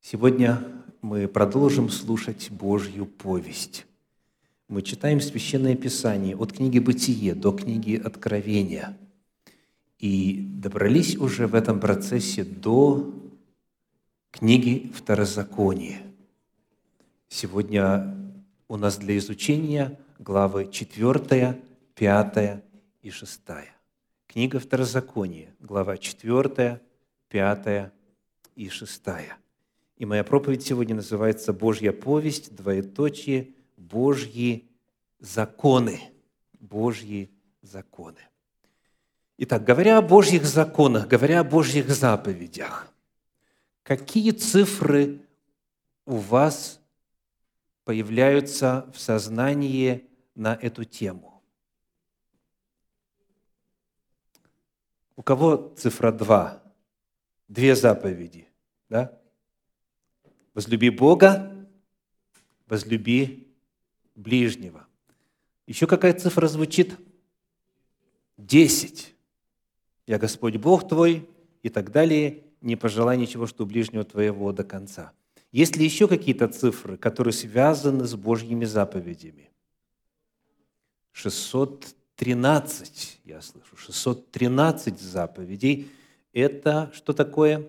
Сегодня мы продолжим слушать Божью повесть. Мы читаем Священное Писание от книги «Бытие» до книги «Откровения». И добрались уже в этом процессе до книги «Второзаконие». Сегодня у нас для изучения главы 4, 5 и 6. Книга «Второзаконие», глава 4, 5 и 6. И моя проповедь сегодня называется «Божья повесть, Божьи законы». Божьи законы. Итак, говоря о Божьих законах, говоря о Божьих заповедях, какие цифры у вас появляются в сознании на эту тему? У кого цифра 2? 2 заповеди, да? Возлюби Бога, возлюби ближнего. Еще какая цифра звучит? 10. Я Господь Бог твой и так далее. Не пожелай ничего, что у ближнего твоего до конца. Есть ли еще какие-то цифры, которые связаны с Божьими заповедями? 613, я слышу, 613 заповедей. Это что такое?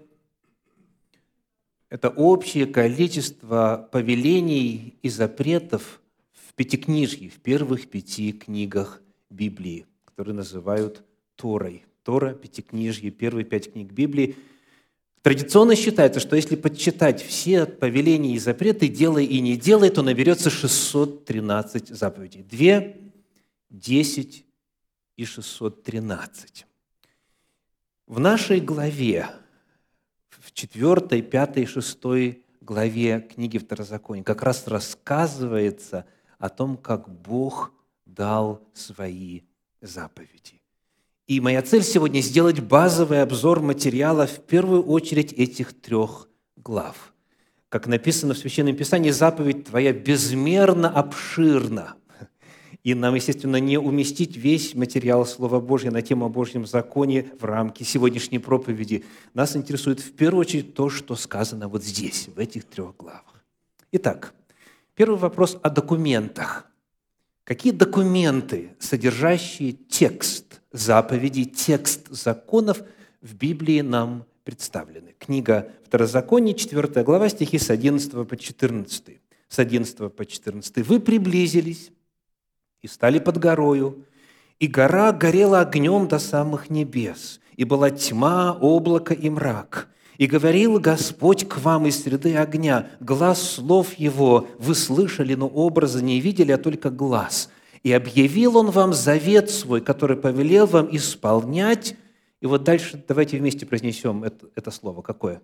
Это общее количество повелений и запретов в Пятикнижье, в первых 5 книгах Библии, которые называют Торой. Тора, Пятикнижье, первые 5 книг Библии. Традиционно считается, что если подсчитать все повеления и запреты, делай и не делай, то наберется 613 заповедей. 2, 10 и 613. В нашей главе, в 4, 5 и 6 главе книги Второзакония как раз рассказывается о том, как Бог дал свои заповеди. И моя цель сегодня – сделать базовый обзор материала в первую очередь этих 3 глав. Как написано в Священном Писании, заповедь твоя безмерно обширна. И нам, естественно, не уместить весь материал Слова Божьего на тему о Божьем законе в рамки сегодняшней проповеди. Нас интересует в первую очередь то, что сказано вот здесь, в этих 3 главах. Итак, первый вопрос о документах. Какие документы, содержащие текст заповедей, текст законов в Библии нам представлены? Книга Второзаконие, 4 глава, стихи с 11 по 14. С 11 по 14. «Вы приблизились и стали под горою, и гора горела огнем до самых небес, и была тьма, облако и мрак. И говорил Господь к вам из среды огня, глас слов Его вы слышали, но образа не видели, а только глас. И объявил Он вам завет свой, который повелел вам исполнять». И вот дальше давайте вместе произнесем это слово. Какое?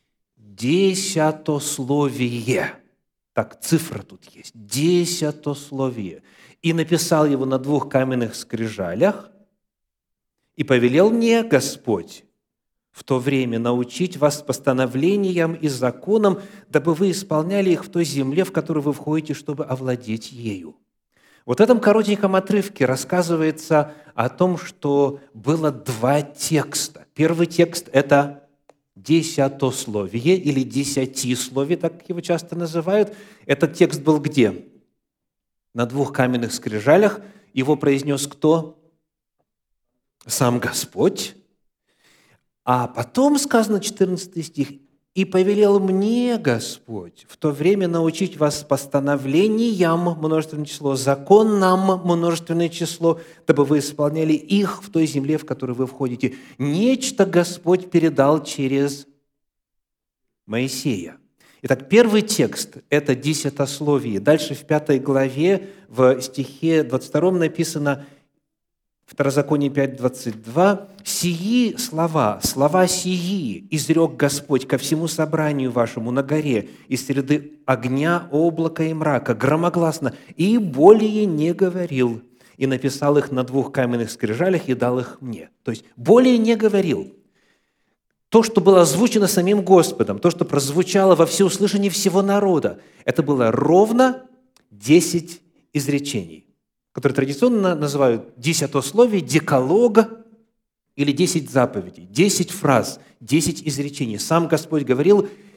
Десятословие. Так, цифра тут есть. Десятословие. «И написал его на 2 каменных скрижалях, и повелел мне Господь в то время научить вас постановлениям и законам, дабы вы исполняли их в той земле, в которую вы входите, чтобы овладеть ею». Вот в этом коротеньком отрывке рассказывается о том, что было 2 текста. Первый текст – это десятословие или десятисловие, так его часто называют. Этот текст был где? На 2 каменных скрижалях. Его произнес кто? Сам Господь. А потом сказано, 14 стих, «И повелел мне Господь в то время научить вас постановлениям, множественное число, законам, множественное число, дабы вы исполняли их в той земле, в которую вы входите». Нечто Господь передал через Моисея. Итак, первый текст – это десятословие. Дальше в 5 главе, в стихе 22 написано, Второзаконие 5:22, «Сии слова сии изрек Господь ко всему собранию вашему на горе из среды огня, облака и мрака, громогласно, и более не говорил, и написал их на 2 каменных скрижалях и дал их мне». То есть более не говорил. То, что было озвучено самим Господом, то, что прозвучало во всеуслышании всего народа, это было ровно 10 изречений, которые традиционно называют десятословие, декалога или 10 заповедей, 10 фраз, 10 изречений. Сам Господь говорил,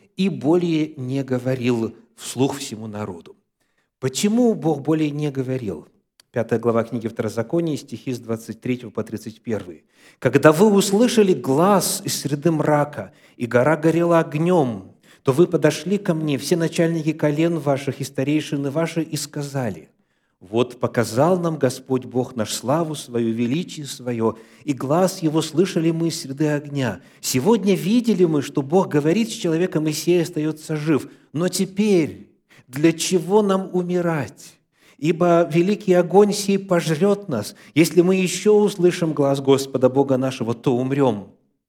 и более не говорил вслух всему народу». Почему Бог более не говорил? 5 глава книги Второзакония, стихи с 23 по 31. «Когда вы услышали глас из среды мрака, и гора горела огнем, то вы подошли ко мне, все начальники колен ваших и старейшины ваши, и сказали: вот показал нам Господь Бог наш славу свою, величие свое, и глас Его слышали мы из среды огня. Сегодня видели мы, что Бог говорит с человеком, и сей остается жив. Но теперь для чего нам умирать? Ибо великий огонь сей пожрет нас. Если мы еще услышим глас Господа Бога нашего, то умрем».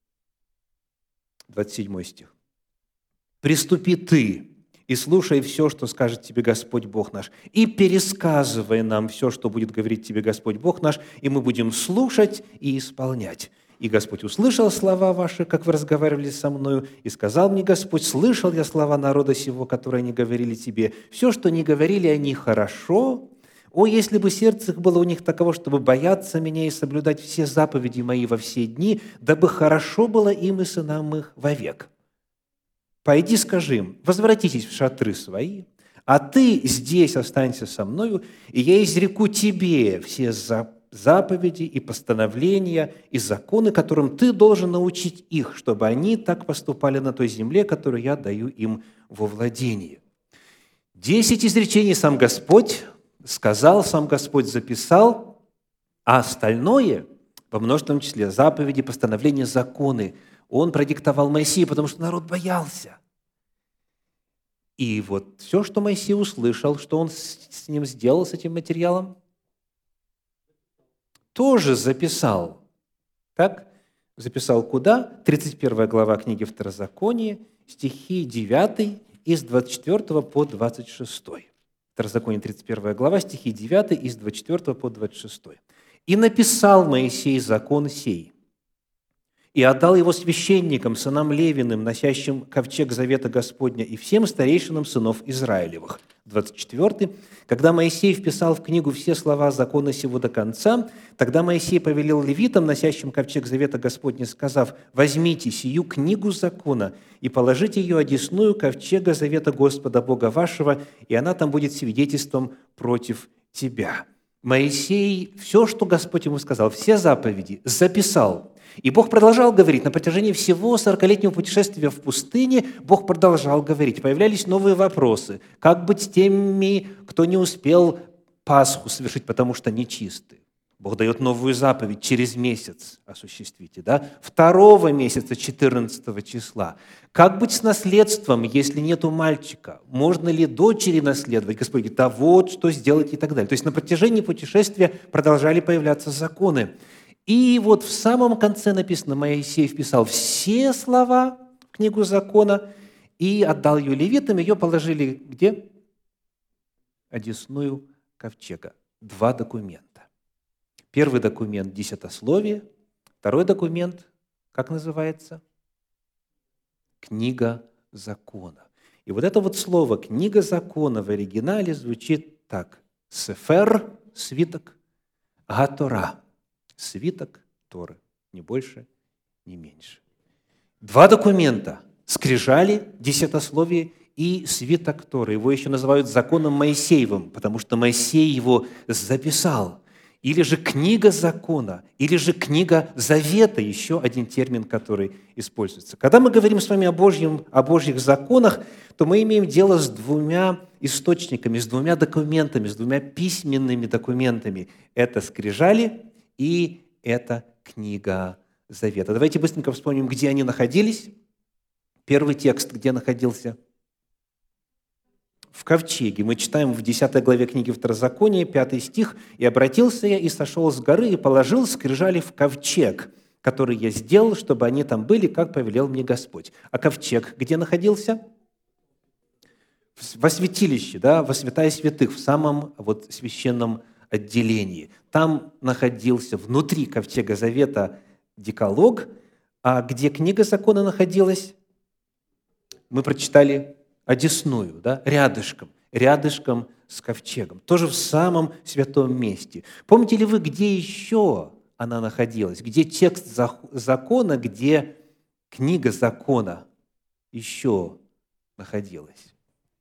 27 стих. «Приступи ты и слушай все, что скажет тебе Господь Бог наш, и пересказывай нам все, что будет говорить тебе Господь Бог наш, и мы будем слушать и исполнять. И Господь услышал слова ваши, как вы разговаривали со мною, и сказал мне Господь: слышал я слова народа сего, которые они говорили тебе. Все, что не говорили они, хорошо. О, если бы сердце их было у них таково, чтобы бояться меня и соблюдать все заповеди мои во все дни, дабы хорошо было им и сынам их вовек. Пойди, скажи им: возвратитесь в шатры свои, а ты здесь останься со мною, и я изреку тебе все заповеди и постановления и законы, которым ты должен научить их, чтобы они так поступали на той земле, которую я даю им во владение». 10 изречений сам Господь сказал, сам Господь записал, а остальное, во множественном числе, заповеди, постановления, законы, Он продиктовал Моисею, потому что народ боялся. И вот все, что Моисей услышал, что он с ним сделал, с этим материалом, тоже записал. Так? Записал куда? 31 глава книги Второзакония, стихи 9 из 24 по 26. Второзаконие, 31 глава, стихи 9 из 24 по 26. «И написал Моисей закон сей, и отдал его священникам, сынам Левиным, носящим ковчег завета Господня, и всем старейшинам сынов Израилевых». 24. «Когда Моисей вписал в книгу все слова закона сего до конца, тогда Моисей повелел левитам, носящим ковчег завета Господня, сказав: возьмите сию книгу закона и положите ее одесную ковчега завета Господа Бога вашего, и она там будет свидетельством против тебя». Моисей все, что Господь ему сказал, все заповеди записал. И Бог продолжал говорить. На протяжении всего 40-летнего путешествия в пустыне Бог продолжал говорить. Появлялись новые вопросы. Как быть с теми, кто не успел Пасху совершить, потому что нечисты? Бог дает новую заповедь: через месяц осуществите. Да? 2 месяца, 14 числа. Как быть с наследством, если нету мальчика? Можно ли дочери наследовать? Господь говорит: да вот что сделать и так далее. То есть на протяжении путешествия продолжали появляться законы. И вот в самом конце написано: Моисей вписал все слова в книгу закона и отдал ее левитам. Ее положили где? Одесную ковчега. 2 документа. Первый документ – десятословие. Второй документ, как называется? Книга закона. И вот это вот слово «книга закона» в оригинале звучит так: «сефер» – свиток, «га-тора» – свиток Торы, ни больше, ни меньше. 2 документа – скрижали, десятословие и свиток Торы. Его еще называют законом Моисеевым, потому что Моисей его записал. Или же книга закона, или же книга завета, еще один термин, который используется. Когда мы говорим с вами о Божьих законах, то мы имеем дело с 2 источниками, с 2 документами, с 2 письменными документами. Это скрижали и это книга завета. Давайте быстренько вспомним, где они находились. Первый текст, где находился? В ковчеге. Мы читаем в 10 главе книги Второзакония, 5 стих. «И обратился я, и сошел с горы, и положил скрижали в ковчег, который я сделал, чтобы они там были, как повелел мне Господь». А ковчег где находился? Во святилище, да, во святая святых, в самом священном отделении. Там находился внутри ковчега завета декалог, а где книга закона находилась, мы прочитали одесную, да, рядышком с ковчегом, тоже в самом святом месте. Помните ли вы, где еще она находилась? Где текст закона, где книга закона еще находилась?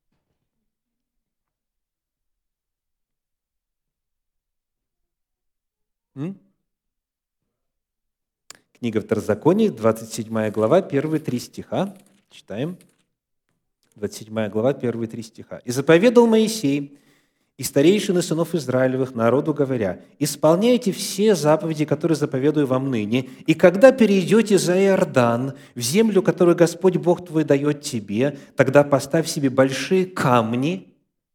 Книга Второзаконий, 27 глава, первые 3 стиха. Читаем. 27 глава, первые 3 стиха. «И заповедал Моисей и старейшины сынов Израилевых народу, говоря: исполняйте все заповеди, которые заповедую вам ныне, и когда перейдете за Иордан, в землю, которую Господь Бог твой дает тебе, тогда поставь себе большие камни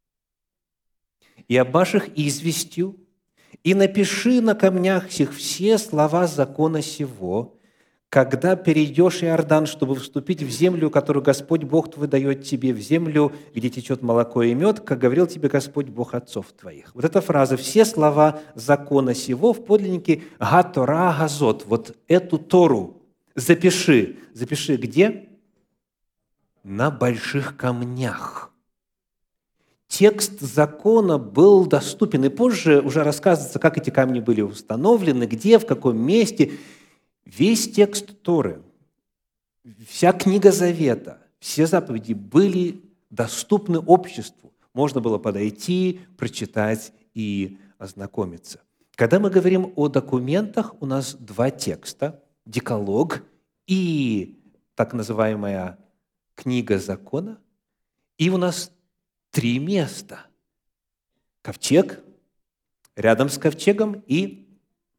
и обмажь их известью, и напиши на камнях сих все слова закона сего, когда перейдешь Иордан, чтобы вступить в землю, которую Господь Бог твой дает тебе, в землю, где течет молоко и мед, как говорил тебе Господь Бог отцов твоих». Вот эта фраза «все слова закона сего» в подлиннике «га-тора газот», вот эту Тору запиши. Запиши где? На больших камнях. Текст закона был доступен, и позже уже рассказывается, как эти камни были установлены, где, в каком месте. Весь текст Торы, вся книга Завета, все заповеди были доступны обществу. Можно было подойти, прочитать и ознакомиться. Когда мы говорим о документах, у нас 2 текста – Декалог и так называемая книга закона, и у нас 3 места. Ковчег, рядом с ковчегом и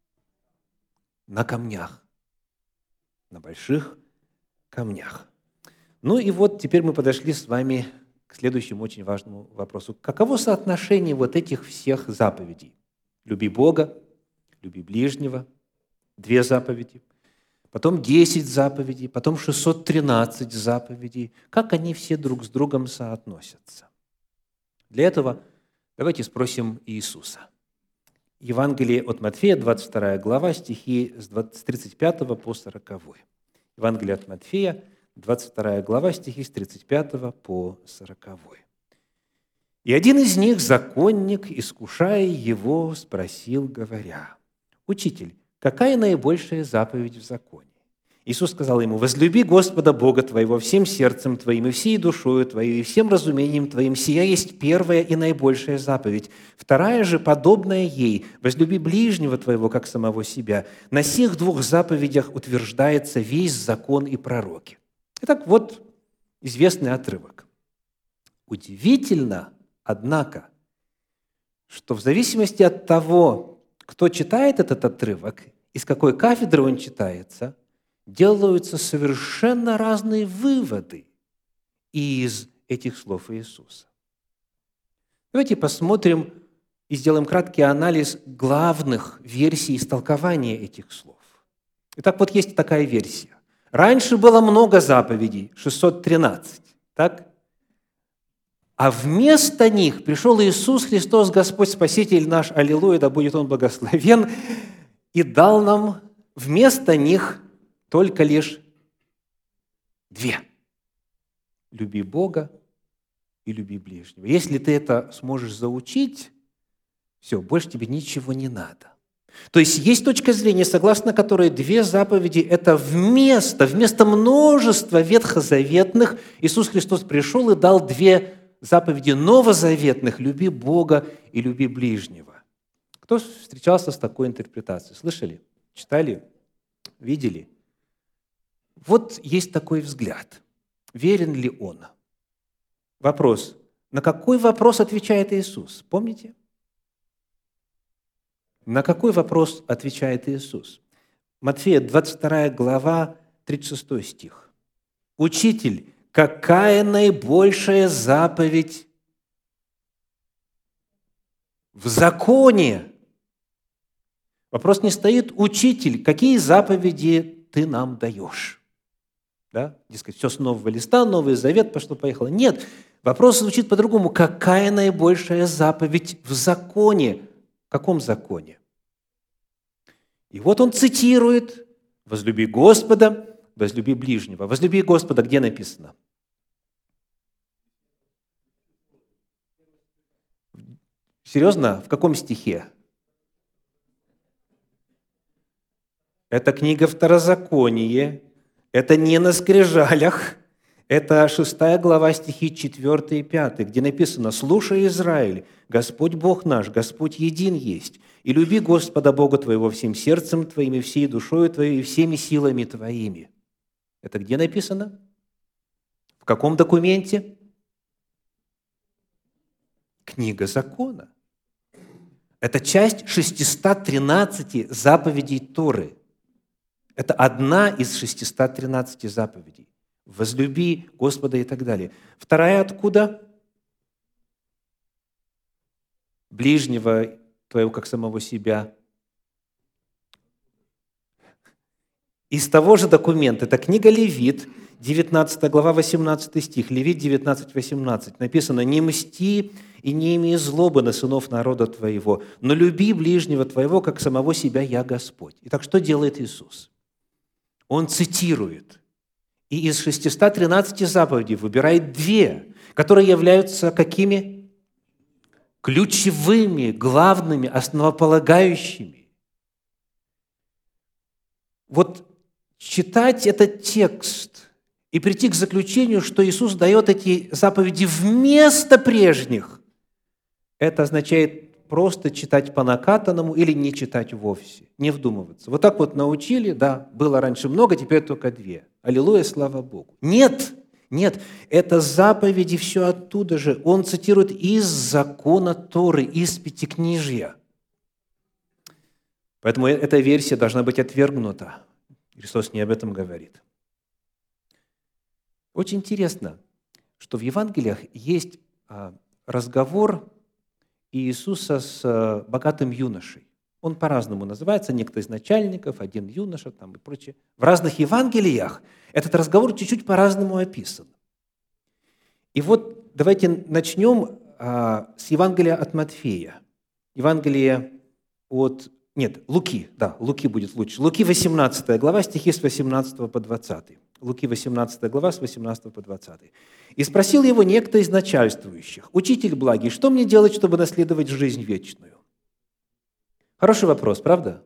на камнях, на больших камнях. Ну и вот теперь мы подошли с вами к следующему очень важному вопросу. Каково соотношение вот этих всех заповедей? Люби Бога, люби ближнего, 2 заповеди, потом 10 заповедей, потом 613 заповедей. Как они все друг с другом соотносятся? Для этого давайте спросим Иисуса. Евангелие от Матфея, 22 глава, стихи с 35 по 40. Евангелие от Матфея, 22 глава, стихи с 35 по 40. «И один из них, законник, искушая его, спросил, говоря: Учитель, какая наибольшая заповедь в законе? Иисус сказал ему: возлюби Господа Бога твоего всем сердцем твоим и всей душою твоей и всем разумением твоим. Сия есть первая и наибольшая заповедь. Вторая же, подобная ей: возлюби ближнего твоего, как самого себя. На сих 2 заповедях утверждается весь закон и пророки». Итак, вот известный отрывок. Удивительно, однако, что в зависимости от того, кто читает этот отрывок и с какой кафедры он читается, делаются совершенно разные выводы из этих слов Иисуса. Давайте посмотрим и сделаем краткий анализ главных версий истолкования этих слов. Итак, вот есть такая версия. Раньше было много заповедей, 613, так? А вместо них пришел Иисус Христос, Господь Спаситель наш, аллилуйя, да будет Он благословен, и дал нам вместо них только лишь 2. Люби Бога и люби ближнего. Если ты это сможешь заучить, все, больше тебе ничего не надо. То есть есть точка зрения, согласно которой 2 заповеди – это вместо множества ветхозаветных Иисус Христос пришел и дал 2 заповеди новозаветных – люби Бога и люби ближнего. Кто встречался с такой интерпретацией? Слышали? Читали? Видели? Вот есть такой взгляд. Верен ли он? Вопрос. На какой вопрос отвечает Иисус? Помните? На какой вопрос отвечает Иисус? Матфея, 22 глава, 36 стих. «Учитель, какая наибольшая заповедь в законе?» Вопрос не стоит: «Учитель, какие заповеди ты нам даешь?» Да? Дескать, все с нового листа, Новый Завет, пошло-поехало. Нет, вопрос звучит по-другому. Какая наибольшая заповедь в законе? В каком законе? И вот он цитирует: «Возлюби Господа, возлюби ближнего». «Возлюби Господа» где написано? Серьезно? В каком стихе? Это книга Второзаконие. Это не на скрижалях, Это 6 глава, стихи 4 и 5, где написано: «Слушай, Израиль, Господь Бог наш, Господь един есть, и люби Господа Бога твоего всем сердцем твоим, и всей душою твоей, и всеми силами твоими». Это где написано? В каком документе? Книга Закона. Это часть 613 заповедей Торы. Это одна из 613 заповедей. Возлюби Господа и так далее. Вторая откуда? Ближнего твоего, как самого себя. Из того же документа, это книга Левит, 19 глава, 18 стих, Левит 19, 18, написано: «Не мсти и не имей злобы на сынов народа твоего, но люби ближнего твоего, как самого себя, я Господь». Итак, что делает Иисус? Он цитирует, и из 613 заповедей выбирает 2, которые являются какими? Ключевыми, главными, основополагающими. Вот читать этот текст и прийти к заключению, что Иисус дает эти заповеди вместо прежних, это означает просто читать по накатанному или не читать вовсе, не вдумываться. Вот так вот научили, да, было раньше много, теперь только 2. Аллилуйя, слава Богу. Нет, это заповеди все оттуда же. Он цитирует из закона Торы, из Пятикнижья. Поэтому эта версия должна быть отвергнута. Христос не об этом говорит. Очень интересно, что в Евангелиях есть разговор Иисуса с богатым юношей. Он по-разному называется, некто из начальников, один юноша там и прочее. В разных Евангелиях этот разговор чуть-чуть по-разному описан. И вот давайте начнем с Евангелия от Матфея. Евангелие от... Нет, Луки, да, Луки будет лучше. Луки 18 глава, стихи с 18 по 20. Луки 18 глава, с 18 по 20. «И спросил его некто из начальствующих: „Учитель благий, что мне делать, чтобы наследовать жизнь вечную?“» Хороший вопрос, правда?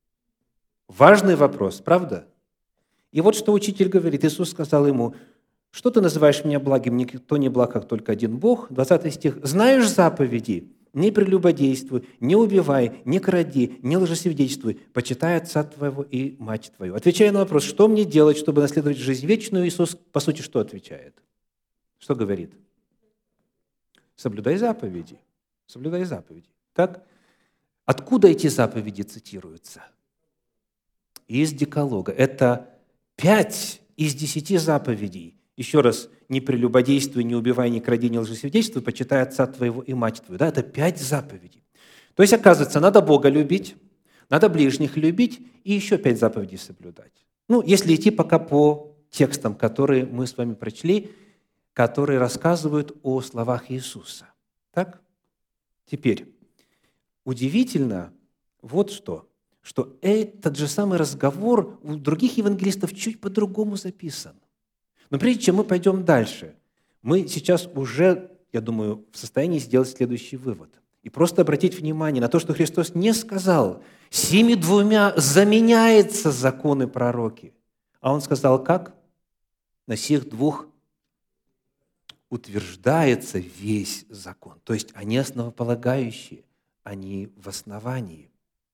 Важный вопрос, правда? И вот что учитель говорит. Иисус сказал ему: «Что ты называешь меня благим? Никто не благ, как только один Бог». 20 стих. «Знаешь заповеди? Не прелюбодействуй, не убивай, не кради, не лжесвидетельствуй, почитай отца твоего и мать твою». Отвечая на вопрос, что мне делать, чтобы наследовать жизнь вечную, Иисус, по сути, что отвечает? Что говорит? Соблюдай заповеди. Соблюдай заповеди. Так? Откуда эти заповеди цитируются? Из Декалога. Это 5 из 10 заповедей. Еще раз, не прелюбодействуй, не убивай, не кради, не лжесвидетельствуй, почитай отца твоего и мать твою. Да, это 5 заповедей. То есть, оказывается, надо Бога любить, надо ближних любить и еще 5 заповедей соблюдать. Если идти пока по текстам, которые мы с вами прочли, которые рассказывают о словах Иисуса. Так? Теперь, удивительно вот что этот же самый разговор у других евангелистов чуть по-другому записан. Но прежде чем мы пойдем дальше, мы сейчас уже, я думаю, в состоянии сделать следующий вывод. И просто обратить внимание на то, что Христос не сказал: «Сими 2 заменяются законы пророки». А Он сказал как? На сих 2 утверждается весь закон. То есть они основополагающие, они в основании.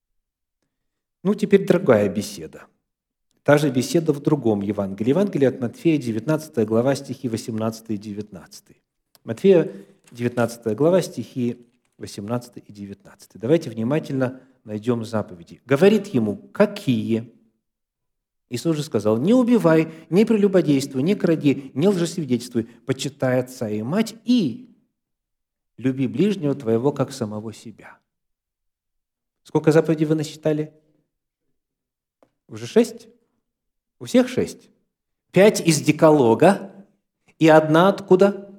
Теперь другая беседа. Та же беседа в другом Евангелии. Евангелие от Матфея, 19 глава, стихи 18 и 19. Матфея, 19 глава, стихи 18 и 19. Давайте внимательно найдем заповеди. Говорит ему: «Какие?» Иисус же сказал: «Не убивай, не прелюбодействуй, не кради, не лжесвидетельствуй, почитай отца и мать, и люби ближнего твоего, как самого себя». Сколько заповедей вы насчитали? Уже 6? У всех 6. 5 из Декалога и 1 откуда?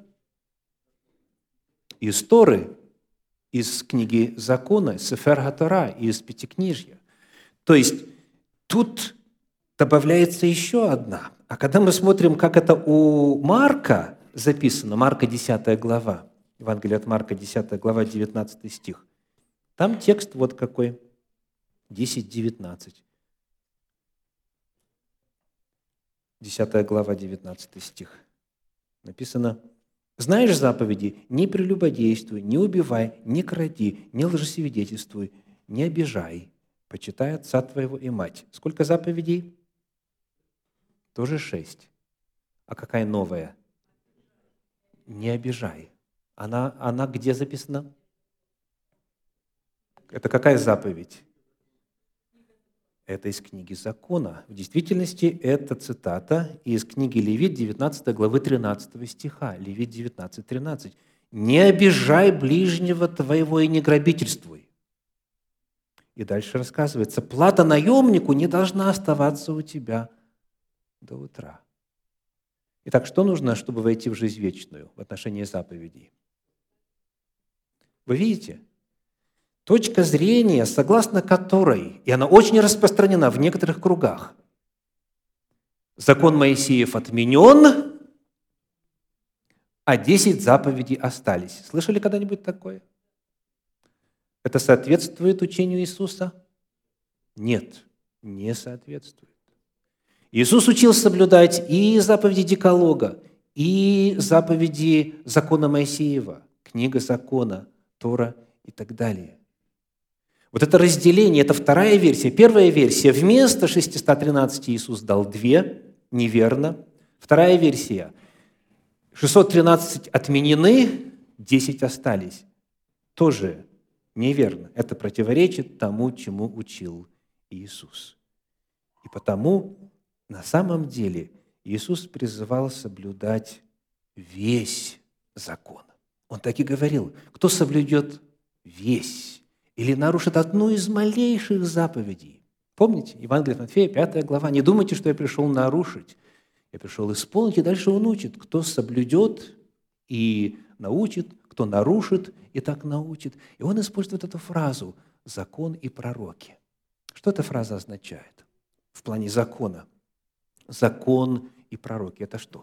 Из Торы, из книги Закона, Сефер ха-Тора, из Пятикнижья. То есть тут добавляется еще 1. А когда мы смотрим, как это у Марка записано, Марка 10 глава, Евангелие от Марка 10 глава, 19 стих, там текст вот какой, 10-19. 10 глава, 19 стих. Написано: «Знаешь заповеди: не прелюбодействуй, не убивай, не кради, не лжесвидетельствуй, не обижай, почитай отца твоего и мать». Сколько заповедей? Тоже 6. А какая новая? Не обижай. Она где записана? Это какая заповедь? Это из книги Закона. В действительности, это цитата из книги Левит, 19 главы 13 стиха. Левит 19, 13. «Не обижай ближнего твоего и не грабительствуй». И дальше рассказывается: «Плата наемнику не должна оставаться у тебя до утра». Итак, что нужно, чтобы войти в жизнь вечную в отношении заповедей? Вы видите? Точка зрения, согласно которой, и она очень распространена в некоторых кругах, закон Моисеев отменен, а 10 заповедей остались. Слышали когда-нибудь такое? Это соответствует учению Иисуса? Нет, не соответствует. Иисус учил соблюдать и заповеди Декалога, и заповеди закона Моисеева, книга закона, Тора и так далее. Вот это разделение – это вторая версия. Первая версия – вместо 613 Иисус дал 2, неверно. Вторая версия – 613 отменены, 10 остались. Тоже неверно. Это противоречит тому, чему учил Иисус. И потому, на самом деле, Иисус призывал соблюдать весь закон. Он так и говорил: кто соблюдет весь или нарушит одну из малейших заповедей. Помните, Евангелие от Матфея, 5 глава. «Не думайте, что я пришел нарушить. Я пришел исполнить». И дальше он учит: кто соблюдет и научит, кто нарушит и так научит. И он использует эту фразу «закон и пророки». Что эта фраза означает в плане закона? Закон и пророки – это что?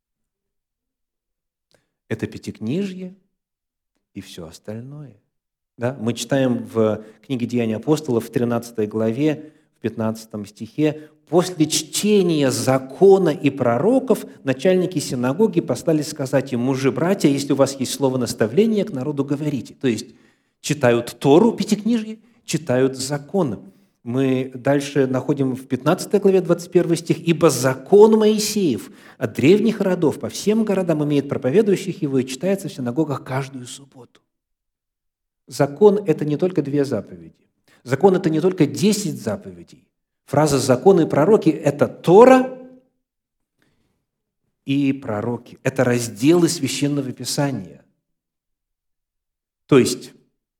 Это Пятикнижье и все остальное. Да? Мы читаем в книге «Деяния апостолов» в 13 главе, в 15 стихе: «После чтения закона и пророков начальники синагоги послали сказать им: мужи, братья, если у вас есть слово наставления, к народу говорите». То есть читают Тору, Пятикнижье, читают закон. Мы дальше находим в 15 главе 21 стих: «Ибо закон Моисеев от древних родов по всем городам имеет проповедующих его и читается в синагогах каждую субботу». Закон – это не только 2 заповеди. Закон – это не только 10 заповедей. Фраза «закон и пророки» – это Тора и пророки. Это разделы Священного Писания. То есть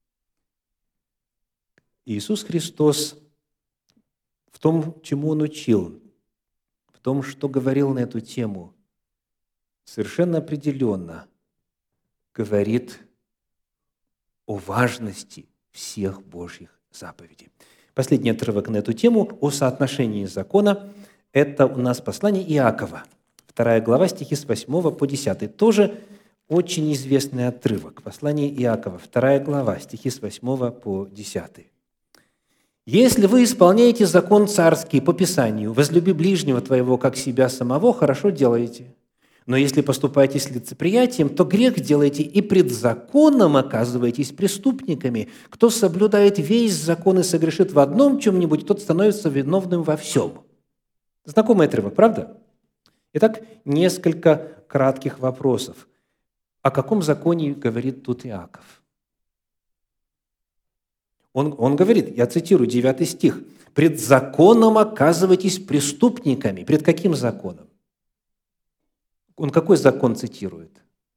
Иисус Христос в том, чему Он учил, в том, что говорил на эту тему, совершенно определенно говорит о важности всех Божьих заповедей. Последний отрывок на эту тему о соотношении закона – это у нас послание Иакова, 2 глава, стихи с 8 по 10. Тоже очень известный отрывок. Послание Иакова, 2 глава, стихи с 8 по 10. «Если вы исполняете закон царский по Писанию: возлюби ближнего твоего, как себя самого, хорошо делаете. Но если поступаете с лицеприятием, то грех делаете, и пред законом оказываетесь преступниками. Кто соблюдает весь закон и согрешит в одном чем-нибудь, тот становится виновным во всем». Знакомый отрывок, правда? Итак, несколько кратких вопросов. О каком законе говорит тут Иаков? Он говорит, я цитирую 9 стих: «Пред законом оказываетесь преступниками». Пред каким законом? Он какой закон цитирует?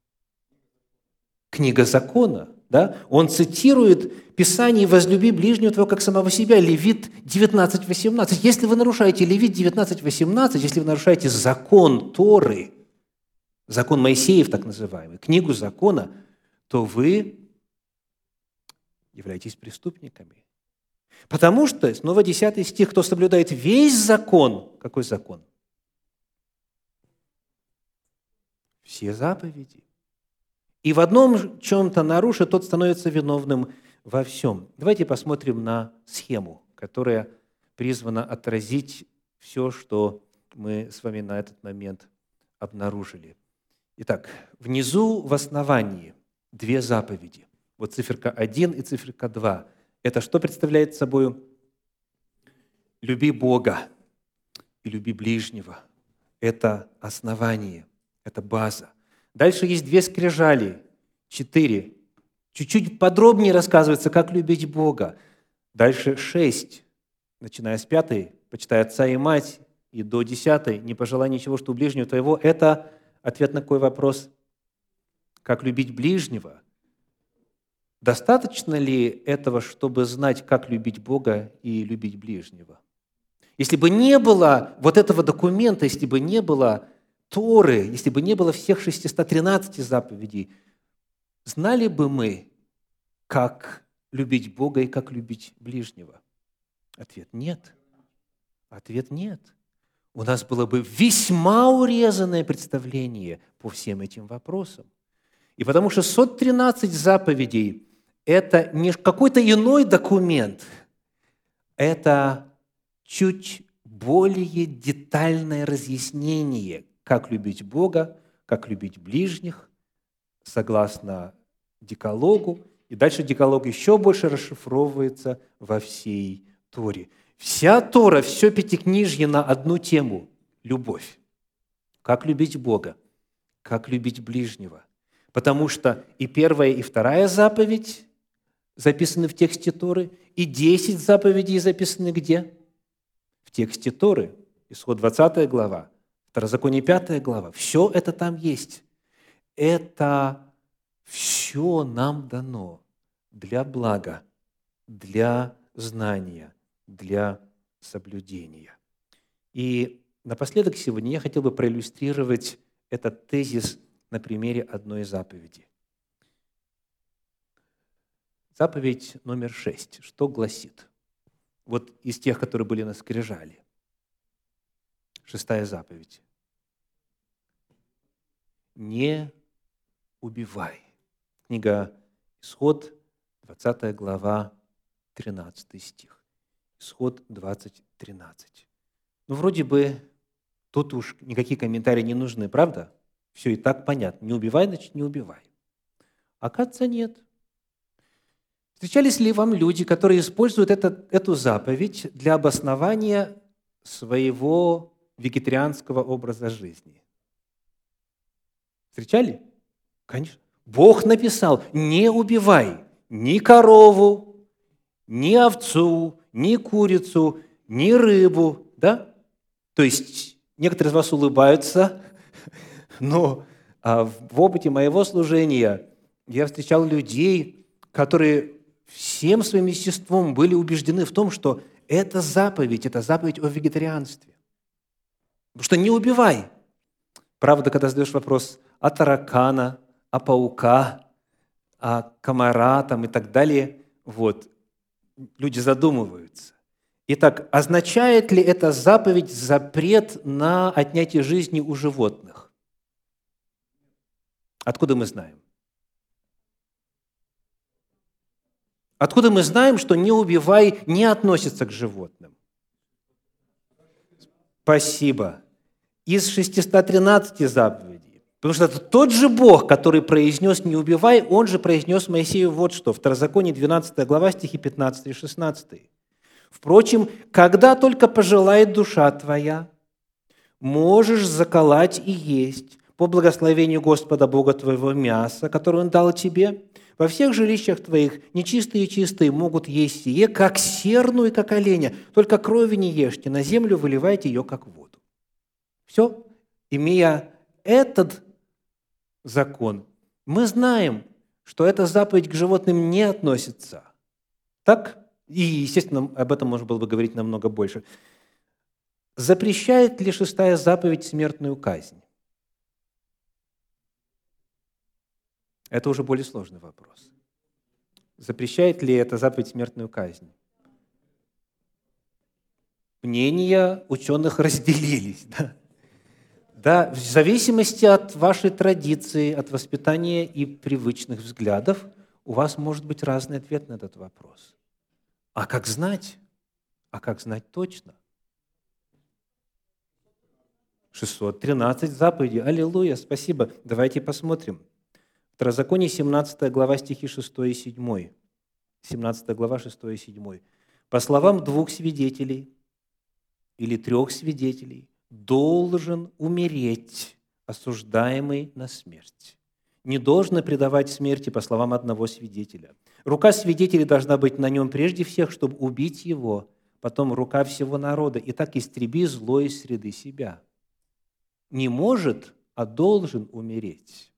Книга закона. Да? Он цитирует Писание: «Возлюби ближнего твоего, как самого себя», Левит 19:18. Если вы нарушаете Левит 19:18, если вы нарушаете закон Торы, закон Моисеев так называемый, книгу закона, то вы являетесь преступниками. Потому что, снова 10 стих, кто соблюдает весь закон, какой закон? Все заповеди. И в одном чем-то нарушит, тот становится виновным во всем. Давайте посмотрим на схему, которая призвана отразить все, что мы с вами на этот момент обнаружили. Итак, внизу в основании две заповеди. Вот циферка 1 и циферка 2. Это что представляет собой? Люби Бога и люби ближнего. Это основание, это база. Дальше есть две скрижали, 4. Чуть-чуть подробнее рассказывается, как любить Бога. Дальше 6, начиная с 5, почитай отца и мать, и до 10, не пожелай ничего, что у ближнего твоего. Это ответ на какой вопрос? Как любить ближнего? Достаточно ли этого, чтобы знать, как любить Бога и любить ближнего? Если бы не было вот этого документа, если бы не было Торы, если бы не было всех 613 заповедей, знали бы мы, как любить Бога и как любить ближнего? Ответ – нет. Ответ – нет. У нас было бы весьма урезанное представление по всем этим вопросам. И потому что 613 заповедей – это не какой-то иной документ, это чуть более детальное разъяснение, как любить Бога, как любить ближних, согласно Декалогу. И дальше Декалог еще больше расшифровывается во всей Торе. Вся Тора, все Пятикнижье на одну тему – любовь. Как любить Бога, как любить ближнего. Потому что и первая, и вторая заповедь записаны в тексте Торы, и 10 заповедей записаны где? В тексте Торы. Исход 20 глава, Второзаконие 5 глава. Все это там есть. Это все нам дано для блага, для знания, для соблюдения. И напоследок сегодня я хотел бы проиллюстрировать этот тезис на примере одной заповеди. Заповедь номер 6. Что гласит? Вот из тех, которые были на скрижали. 6 заповедь. Не убивай. Книга Исход, 20 глава, 13 стих. Исход 20, 13. Ну, вроде бы тут уж никакие комментарии не нужны, правда? Все и так понятно. Не убивай, значит, не убивай. Оказывается, нет. Встречались ли вам люди, которые используют эту заповедь для обоснования своего вегетарианского образа жизни? Встречали? Конечно. Бог написал: не убивай ни корову, ни овцу, ни курицу, ни рыбу. Да? То есть некоторые из вас улыбаются, но в опыте моего служения я встречал людей, которые всем своим естеством были убеждены в том, что это заповедь о вегетарианстве. Потому что не убивай. Правда, когда задаешь вопрос о таракана, о паука, о комара там, и так далее, вот, люди задумываются. Итак, означает ли эта заповедь запрет на отнятие жизни у животных? Откуда мы знаем? Откуда мы знаем, что «не убивай» не относится к животным? Спасибо. Из 613 заповедей. Потому что это тот же Бог, который произнес «не убивай», Он же произнес Моисею вот что, Второзаконие 12 глава, стихи 15 и 16. «Впрочем, когда только пожелает душа твоя, можешь заколоть и есть по благословению Господа Бога твоего мясо, которое Он дал тебе. Во всех жилищах твоих нечистые и чистые могут есть сие, как серну и как оленя, только крови не ешьте, на землю выливайте ее, как воду». Все, имея этот закон, мы знаем, что эта заповедь к животным не относится. Так? И, естественно, об этом можно было бы говорить намного больше. Запрещает ли 6 заповедь смертную казнь? Это уже более сложный вопрос. Запрещает ли эта заповедь смертную казнь? Мнения ученых разделились. Да, в зависимости от вашей традиции, от воспитания и привычных взглядов, у вас может быть разный ответ на этот вопрос. А как знать? А как знать точно? 613 заповедей. Аллилуйя, спасибо. Давайте посмотрим. Второзаконие, 17 глава, стихи 6 и 7. 17 глава, 6 и 7. «По словам двух свидетелей или трех свидетелей должен умереть осуждаемый на смерть. Не должно предавать смерти, по словам одного свидетеля. Рука свидетелей должна быть на нем прежде всех, чтобы убить его, потом рука всего народа. И так истреби зло из среды себя». Не может, а должен умереть.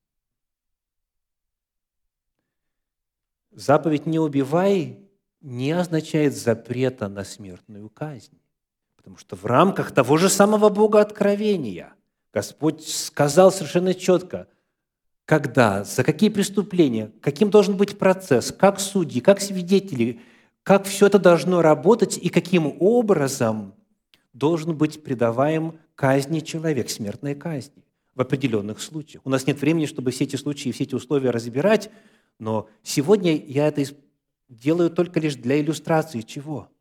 Заповедь «не убивай» не означает запрета на смертную казнь, потому что в рамках того же самого Бога откровения Господь сказал совершенно четко, когда, за какие преступления, каким должен быть процесс, как судьи, как свидетели, как все это должно работать и каким образом должен быть предаваем казни человек, смертной казни в определенных случаях. У нас нет времени, чтобы все эти случаи, все эти условия разбирать, но сегодня я это делаю только лишь для иллюстрации чего?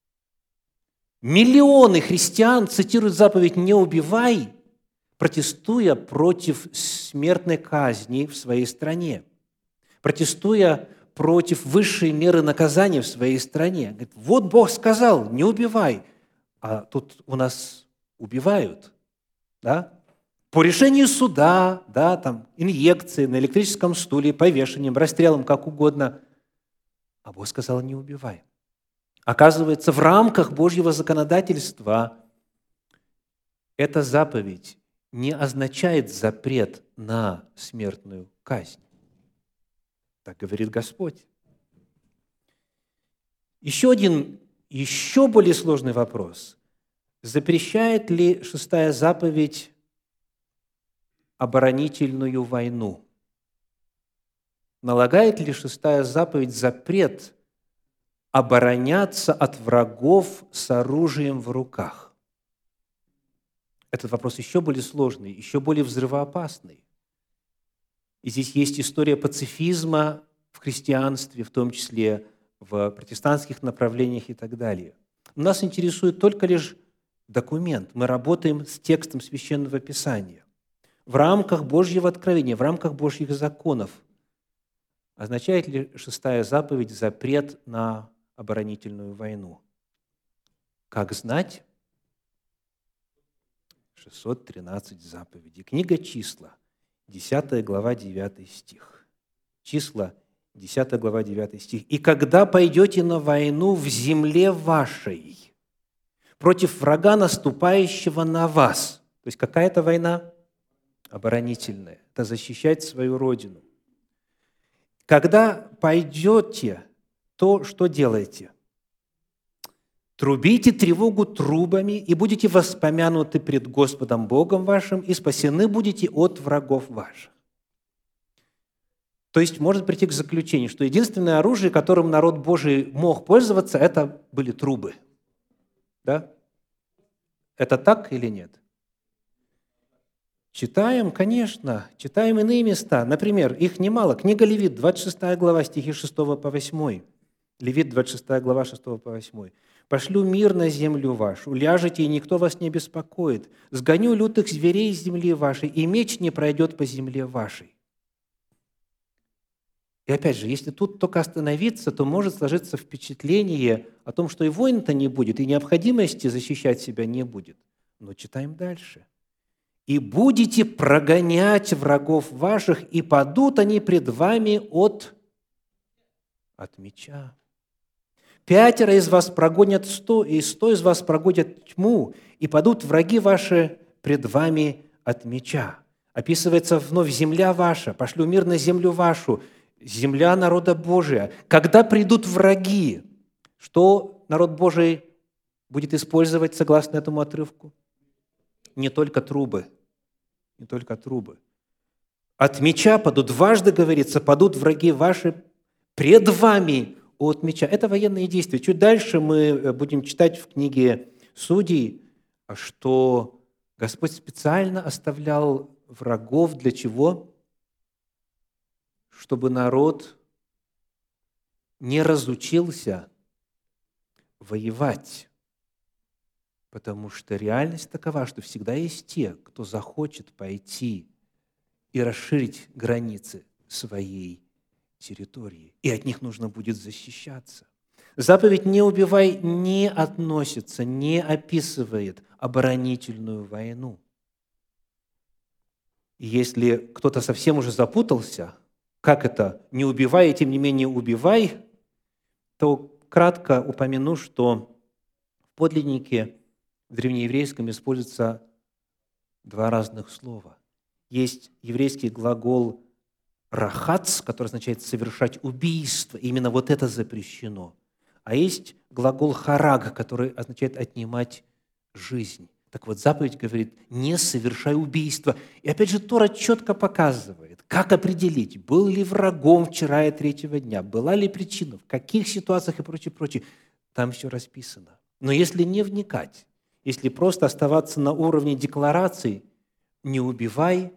Миллионы христиан цитируют заповедь «не убивай», протестуя против смертной казни в своей стране, протестуя против высшей меры наказания в своей стране. Говорит, вот Бог сказал, не убивай, а тут у нас убивают, да? По решению суда, да, там, инъекции на электрическом стуле, повешением, расстрелом, как угодно. А Бог сказал, не убивай. Оказывается, в рамках Божьего законодательства эта заповедь не означает запрет на смертную казнь. Так говорит Господь. Еще один, еще более сложный вопрос. Запрещает ли шестая заповедь оборонительную войну? Налагает ли шестая заповедь запрет обороняться от врагов с оружием в руках? Этот вопрос еще более сложный, еще более взрывоопасный. И здесь есть история пацифизма в христианстве, в том числе в протестантских направлениях и так далее. Нас интересует только лишь документ. Мы работаем с текстом Священного Писания. В рамках Божьего откровения, в рамках Божьих законов. Означает ли шестая заповедь запрет на оборонительную войну? Как знать? 613 заповедей. Книга «Числа», 10 глава, 9 стих. Числа, 10 глава, 9 стих. «И когда пойдете на войну в земле вашей, против врага, наступающего на вас». То есть какая это война? Оборонительная. Это защищать свою родину. Когда пойдете, то что делаете? Трубите тревогу трубами, и будете воспомянуты пред Господом Богом вашим, и спасены будете от врагов ваших. То есть может прийти к заключению, что единственное оружие, которым народ Божий мог пользоваться, это были трубы. Да? Это так или нет? Читаем, конечно, читаем иные места. Например, их немало. Книга Левит, 26 глава, стихи 6 по 8. Левит, 26 глава, 6 по 8. «Пошлю мир на землю вашу, ляжете, и никто вас не беспокоит. Сгоню лютых зверей из земли вашей, и меч не пройдет по земле вашей». И опять же, если тут только остановиться, то может сложиться впечатление о том, что и войн-то не будет, и необходимости защищать себя не будет. Но читаем дальше. «И будете прогонять врагов ваших, и падут они пред вами от меча. 5 из вас прогонят 100, и 100 из вас прогонят тьму, и падут враги ваши пред вами от меча». Описывается вновь земля ваша, пошлю мир на землю вашу, земля народа Божия. Когда придут враги, что народ Божий будет использовать согласно этому отрывку? Не только трубы. Не только трубы. От меча падут, дважды говорится, падут враги ваши пред вами от меча. Это военные действия. Чуть дальше мы будем читать в книге Судей, что Господь специально оставлял врагов для чего? Чтобы народ не разучился воевать. Потому что реальность такова, что всегда есть те, кто захочет пойти и расширить границы своей территории, и от них нужно будет защищаться. Заповедь «не убивай» не относится, не описывает оборонительную войну. И если кто-то совсем уже запутался, как это «не убивай» и тем не менее «убивай», то кратко упомяну, что в подлиннике в древнееврейском используются два разных слова. Есть еврейский глагол «рахац», который означает «совершать убийство». Именно вот это запрещено. А есть глагол «хараг», который означает «отнимать жизнь». Так вот, заповедь говорит «не совершай убийство». И опять же, Тора четко показывает, как определить, был ли врагом вчера и третьего дня, была ли причина, в каких ситуациях и прочее, прочее. Там все расписано. Но если не вникать, если просто оставаться на уровне деклараций «не убивай»,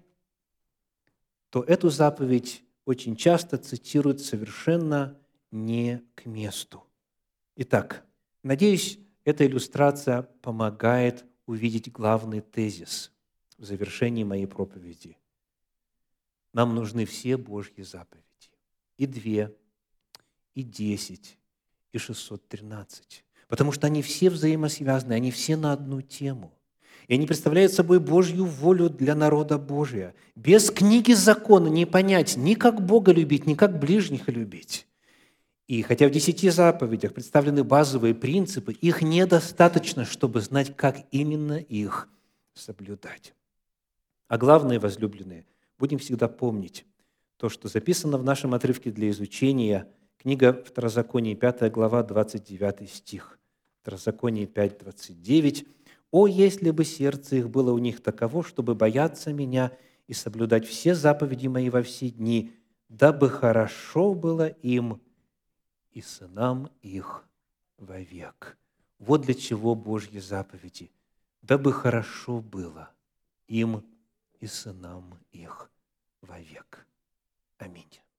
то эту заповедь очень часто цитируют совершенно не к месту. Итак, надеюсь, эта иллюстрация помогает увидеть главный тезис в завершении моей проповеди. Нам нужны все Божьи заповеди. И 2, и 10, и 613. Потому что они все взаимосвязаны, они все на одну тему. И они представляют собой Божью волю для народа Божия. Без книги закона не понять ни как Бога любить, ни как ближних любить. И хотя в 10 заповедях представлены базовые принципы, их недостаточно, чтобы знать, как именно их соблюдать. А главное, возлюбленные, будем всегда помнить то, что записано в нашем отрывке для изучения, книга Второзаконие, 5 глава, 29 стих. Второзаконие 5, 29. «О, если бы сердце их было у них таково, чтобы бояться Меня и соблюдать все заповеди Мои во все дни, дабы хорошо было им и сынам их вовек». Вот для чего Божьи заповеди. Дабы хорошо было им и сынам их вовек. Аминь.